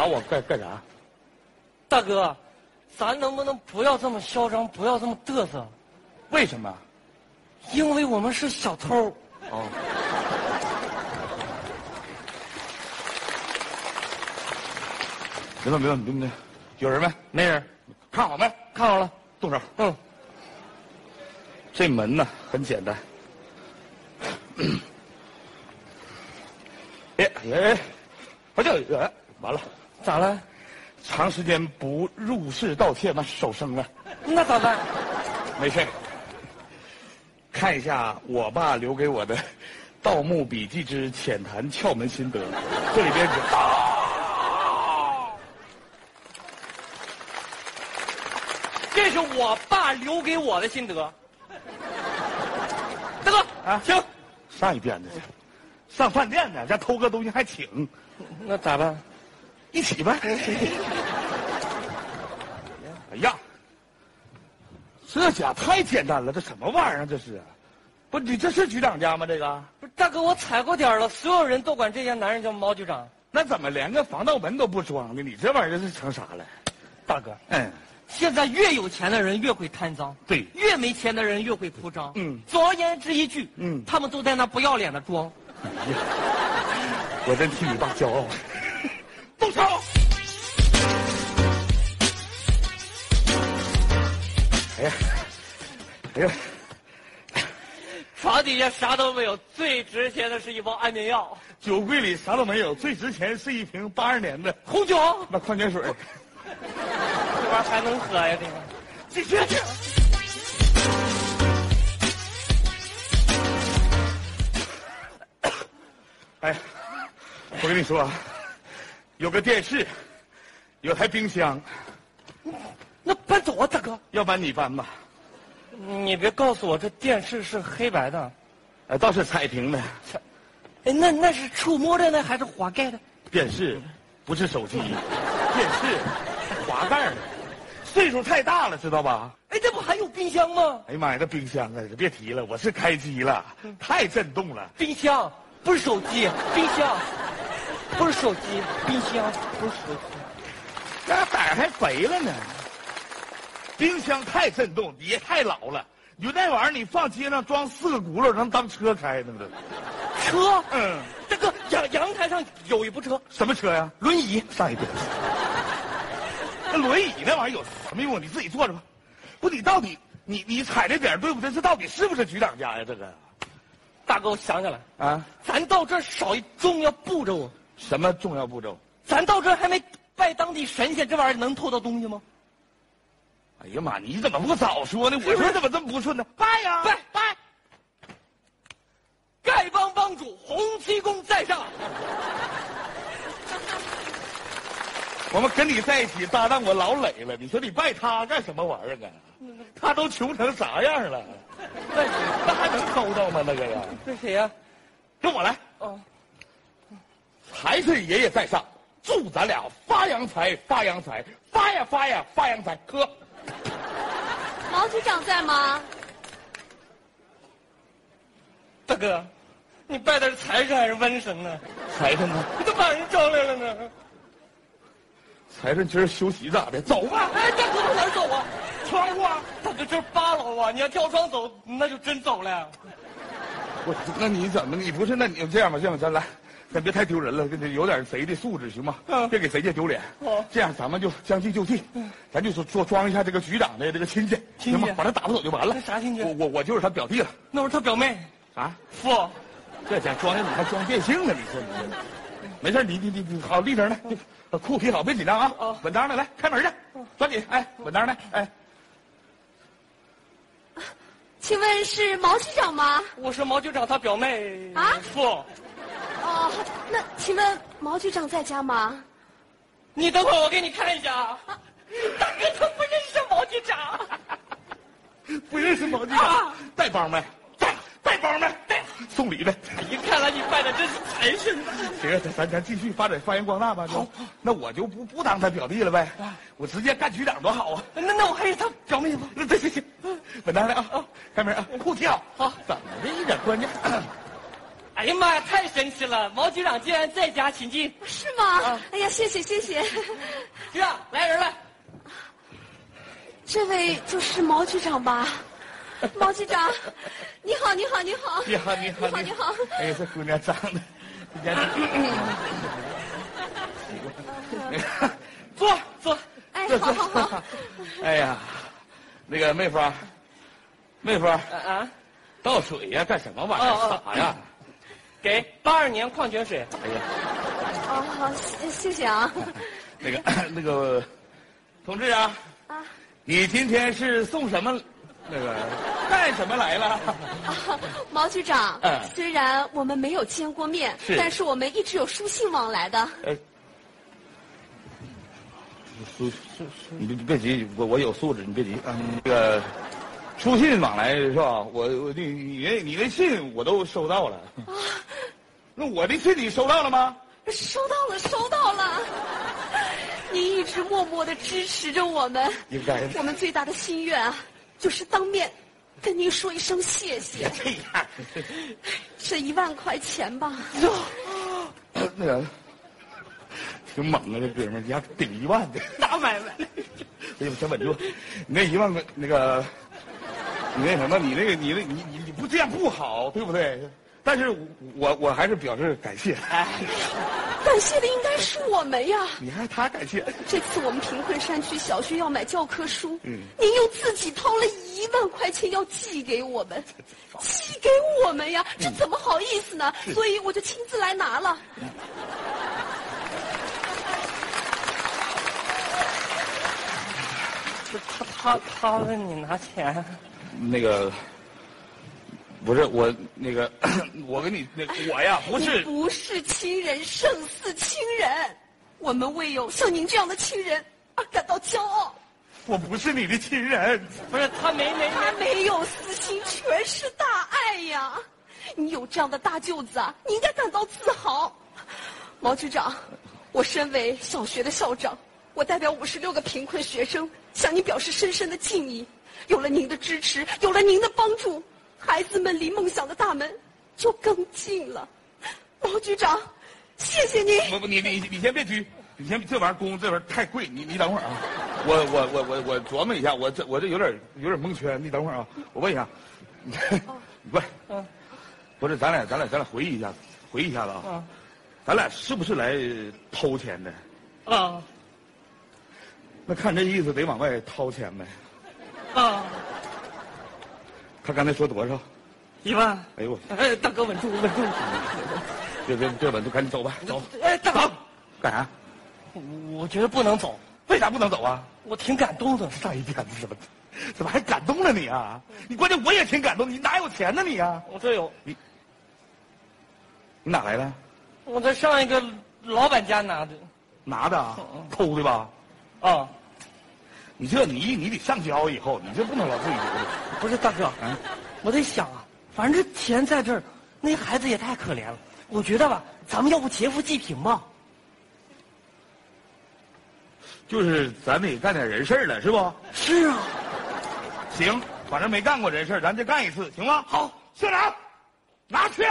找我干啥？ 大哥，咱能不能不要这么嚣张，不要这么嘚瑟？ 为什么？ 因为我们是小偷。 哦。别动，有人没？ 没人。 看好没？ 看好了。 动手。 嗯。 这门呢很简单。不就完了？ 咋了？ 长时间不入室盗窃，那手生了。 那咋办？ 没事。看一下我爸留给我的《盗墓笔记之浅谈窍门心得》，这里边这是我爸留给我的心得。大哥啊， 请。 上一遍的去，上饭店呢，这偷个东西还请， 那咋办？ 一起吧。哎呀，这家太简单了，这什么玩意儿啊？这是，不，你这是局长家吗？这个？ 不是大哥，我踩过点了，所有人都管这家男人叫毛局长。 那怎么连个防盗门都不装呢？你这玩意儿是成啥了？ 大哥， 嗯。 现在越有钱的人越会贪赃， 对， 越没钱的人越会铺张。总而言之一句，他们都在那不要脸的装。 哎呀，我真替你爸骄傲。动手！哎呀， 床底下啥都没有，最值钱的是一包安眠药。 酒柜里啥都没有，最值钱是一瓶80年的红酒， 那矿泉水。 这玩意儿还能喝呀？这个， 继续。哎，我跟你说啊，有个电视，有台冰箱， 那搬走啊，大哥。 要搬你搬吧。 你别告诉我这电视是黑白的。 倒是彩屏的。 哎，那是触摸的呢，还是滑盖的？ 电视不是手机，电视滑盖的。岁数太大了，知道吧？ 哎，这不还有冰箱吗？ 哎呀妈呀，这冰箱啊，别提了，我是开机了，太震动了。 冰箱不是手机，冰箱不是手机，冰箱不是手机。 这胆儿还肥了呢。冰箱太震动，也太老了。你就那玩意儿，你放街上装4个轱辘，能当车开呢都。 车？ 嗯， 这个阳台上有一部车。 什么车呀？ 轮椅。 上一边。那轮椅那玩意儿有什么用？你自己坐着吧。不，你到底你踩这点对不对？这到底是不是局长家呀？这个， 大哥，我想起来啊， 咱到这儿少一重要步骤。 什么重要步骤？ 咱到这儿还没拜当地神仙，这玩意儿能偷到东西吗？ 哎呀妈，你怎么不早说呢？我说怎么这么不顺呢？拜呀，拜！ 丐帮帮主洪七公在上。 我们跟你在一起搭档我老累了，你说你拜他干什么玩意儿啊？他都穷成啥样了？那还能偷到吗？那个呀？ 这谁呀？ 跟我来。 哦。 财神爷爷在上，祝咱俩发洋财，发洋财，发呀发呀发洋财。喝。 毛局长在吗？ 大哥，你拜的是财神还是瘟神呢？ 财神呢？ 你都把人招来了呢。 财神今儿休息咋的？走吧。 哎，大哥，往哪儿走啊？ 窗户啊。 大哥，这是8楼啊！你要跳窗走，那就真走了。 那你怎么？你不是？那你这样吧，咱来，咱别太丢人了，有点贼的素质行吗？别给贼家丢脸。这样咱们就将计就计，咱就说装一下这个局长的这个亲戚，行吗？把他打发走就完了。 啥亲戚？ 我就是他表弟了。 那我是他表妹。 啊？ 父， 这家装的你还装变性呢？你说你这，没事，你好立正的，裤提好，别紧张啊，稳当的，来开门去，抓紧，哎，稳当的，哎。 请问是毛局长吗？ 我是毛局长他表妹。 啊？ 父。 哦，那请问毛局长在家吗？ 你等会儿我给你看一下啊。大哥他不认识毛局长。 不认识毛局长？带帮没？带帮没？送礼的。 一看来你拜的真是财神。 行，咱继续发扬光大吧。好，那我就不当他表弟了呗，我直接干局长多好啊。 那我还是他表妹吗？ 对，行，稳当的啊，开门啊，裤提好。好，怎么的？一点关键。哎哎呀妈呀，太神奇了！毛局长竟然在家请进。 是吗？哎呀，谢谢谢谢。 局长，来人了。 这位就是毛局长吧？毛局长，你好，你好，你好， 你好，你好， 你好。 哎呀，这姑娘长得， 坐坐。 哎，好好好。 哎呀，那个妹夫啊，妹夫啊， 倒水呀，干什么玩意儿？啥呀？ 给82年矿泉水。 哎呀， 好，谢谢啊。 那个，同志啊，你今天是送什么？干什么来了？ 毛局长，虽然我们没有见过面，但是我们一直有书信往来的。你别急，我有素质，你别急啊。那个书信往来是吧？你那信我都收到了。那我的信你收到了吗？收到了。您一直默默的支持着我们， 应该的。 我们最大的心愿啊，就是当面跟您说一声谢谢。 这样， 这1万块钱吧。 那个挺猛啊，这哥们儿家顶1万的大买卖。 哎呦，先稳住！你那1万块，你那什么，你不这样不好，对不对？但是我还是表示感谢。 感谢的应该是我们呀！ 你还他感谢？ 这次我们贫困山区小学要买教科书，您又自己掏了1万块钱要寄给我们，呀，这怎么好意思呢？所以我就亲自来拿了。 他问你拿钱。 那个。不是我，我跟你我呀，不是。 你不是亲人胜似亲人，我们为有像您这样的亲人而感到骄傲。 我不是你的亲人。 不是他没有私心，全是大爱呀！你有这样的大舅子啊，你应该感到自豪。毛局长，我身为小学的校长，我代表56个贫困学生向您表示深深的敬意。有了您的支持，有了您的帮助，孩子们离梦想的大门就更近了。毛局长，谢谢您。 你先别拘，你先这玩意儿工这玩意儿太贵，你等会儿啊。我琢磨一下，我这有点蒙圈，你等会儿啊。我问一下，你问，不是咱俩回忆一下子啊。咱俩是不是来偷钱的？ 啊。 那看这意思得往外掏钱呗。 啊。 他刚才说多少 ？1万。 哎呦， 大哥稳住。 别稳住，赶紧走吧，走。 大哥， 干啥？ 我觉得不能走。 为啥不能走啊？ 我挺感动的。 上一天怎么还感动了你啊？你关键我也挺感动，你哪有钱呢你啊？ 我这有。 你哪来的？ 我在上一个老板家拿的。 拿的啊？偷的吧？ 啊。 你得上交以后，你这不能老自己留着。 不是大哥，我在想啊，反正这钱在这儿，那孩子也太可怜了。我觉得吧，咱们要不劫富济贫吧？ 就是咱得干点人事了，是不？ 是啊。 行，反正没干过人事，咱再干一次，行吗？好，校长，拿去。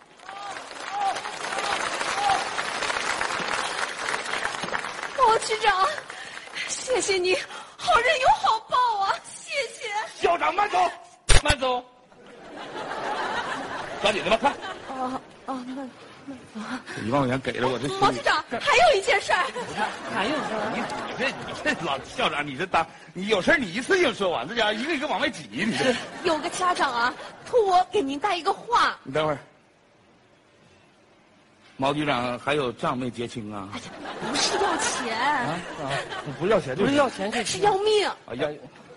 毛局长，谢谢你，好人有好报啊！谢谢。 校长慢走， 慢走。 抓紧的吧，快。 慢走。 1万块钱给了我，这毛局长还有一件事儿。 还有事儿？ 你这老校长，你有事你一次性说完，这家伙一个一个往外挤，你这。 有个家长啊，托我给您带一个话。 你等会儿。毛局长还有账没结清啊？ 哎呀，不是要钱不是要钱， 不是要钱， 是要命。 哎呀，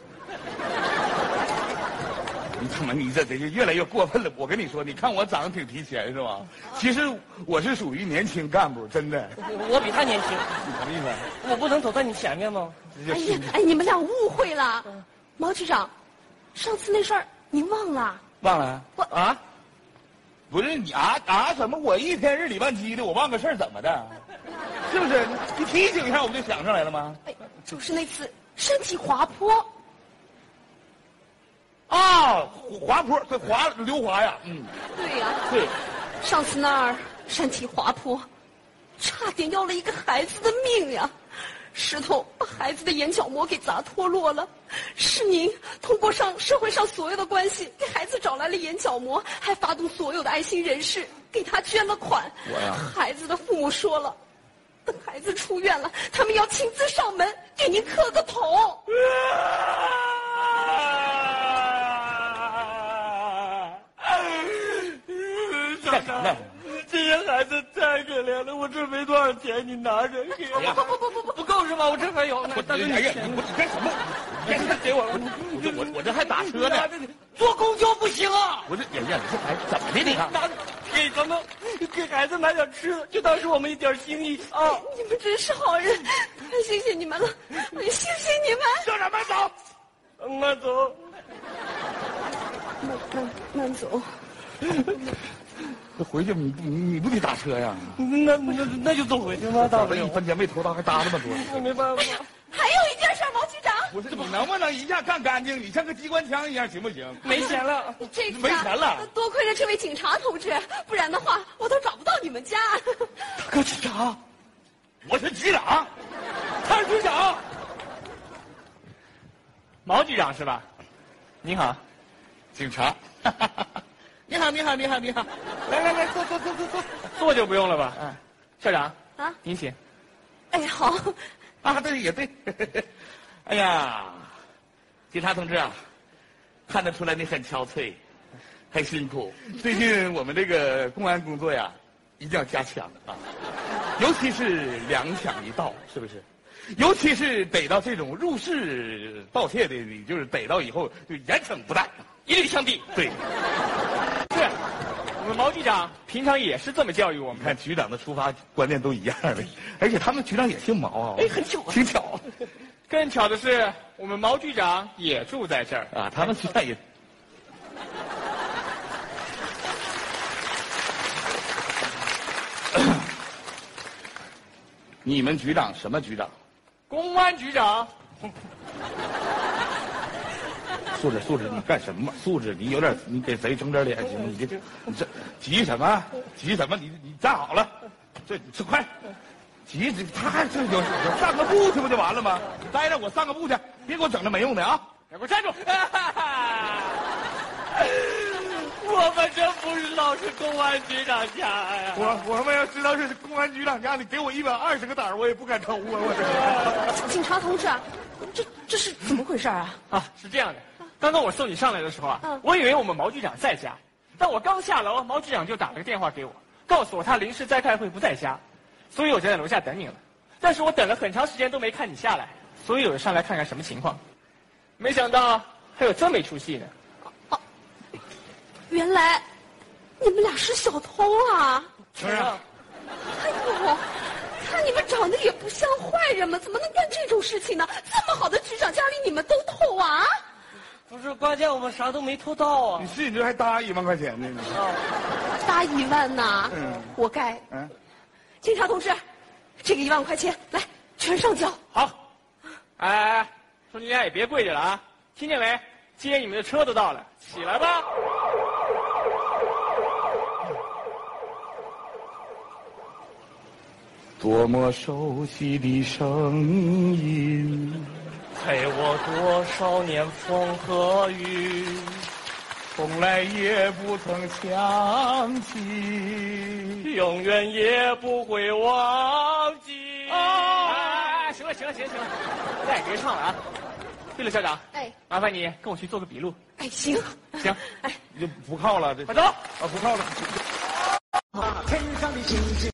你他妈你这越来越过分了！我跟你说，你看我长得挺提前是吧？其实我是属于年轻干部，真的。 我比他年轻。 你什么意思？ 我不能走在你前面吗？ 哎，你们俩误会了。毛局长，上次那事儿您忘了？ 忘了？ 我不是你什么？我一天日理万机的，我忘个事儿怎么的？是不是？你提醒一下，我不就想上来了吗？ 哎，就是那次身体滑坡。 啊，滑坡，对，溜滑呀， 对呀。 对， 上次那儿山体滑坡，差点要了一个孩子的命呀！石头把孩子的眼角膜给砸脱落了，是您通过社会上所有的关系给孩子找来了眼角膜，还发动所有的爱心人士给他捐了款。 我呀， 孩子的父母说了，等孩子出院了，他们要亲自上门给您磕个头。 干啥呢？ 这些孩子太可怜了，我这没多少钱，你拿着给我。 哎呀不够是吗？我这还有呢。大哥，你哎呀， 钱你干什么？ 给我， 我这还打车呢。 坐公交不行啊！ 我这哎呀，你这孩子怎么的你？ 给孩子买点吃的，就当是我们一点心意啊！ 你们真是好人，太谢谢你们了，谢谢你们。 校长慢走， 慢走。 慢走。 这回去你不得打车呀？ 那就走回去吗？大不了一分钱没投到，还搭那么多。 没办法。 还有一件事，毛局长。 不是你能不能一下干干净？你像个机关枪一样行不行？ 没钱了， 这次没钱了， 多亏了这位警察同志，不然的话我都找不到你们家。 大哥局长， 我是局长，他是局长。 毛局长是吧？您好， 警察。 你好，来，坐，坐就不用了吧？嗯，校长啊， 您请。 哎，好。 啊，对也对。哎呀，警察同志啊，看得出来你很憔悴，很辛苦。最近我们这个公安工作呀，一定要加强啊，尤其是两抢一盗，是不是？尤其是逮到这种入室盗窃的，你就是逮到以后就严惩不贷， 一律枪毙。 对， 是，我们毛局长平常也是这么教育我们。 你看局长的出发观念都一样的，而且他们局长也姓毛啊， 哎，很巧， 挺巧。 更巧的是，我们毛局长也住在这儿啊，他们局长也。你们局长什么局长？ 公安局长。 素质，你干什么？素质，你有点，你给贼整点脸行吗？你这急什么？急什么？你站好了，这快，急他这有散个步去不就完了吗？你待着，我散个步去，别给我整这没用的啊！ 给我站住！我们真不知道是公安局长家呀！ 我们要知道是公安局长家，你给我120个胆，我也不敢抽啊！我警察同志，这是怎么回事啊？ 啊，是这样的，刚刚我送你上来的时候啊，我以为我们毛局长在家，但我刚下楼，毛局长就打了个电话给我，告诉我他临时在开会不在家，所以我就在楼下等你了。但是我等了很长时间都没看你下来，所以我就上来看看什么情况。没想到还有这么一出戏呢。 原来你们俩是小偷啊！ 是啊。 哎呦，看你们长得也不像坏人嘛，怎么能干这种事情呢？这么好的局长家里你们都偷啊？ 不是，关键我们啥都没偷到啊！ 你这还搭1万块钱呢？ 搭1万呐？活该。警察同志，这个1万块钱来全上交。 好。哎，兄弟家也别跪着了啊！听见没？接你们的车都到了，起来吧。 多么熟悉的声音， 陪我多少年风和雨， 从来也不曾想起， 永远也不会忘记。 行了，再也别唱了啊！对了，校长，麻烦你跟我去做个笔录。 行。 你就不靠了，这快走。 不靠了。 天上的星星。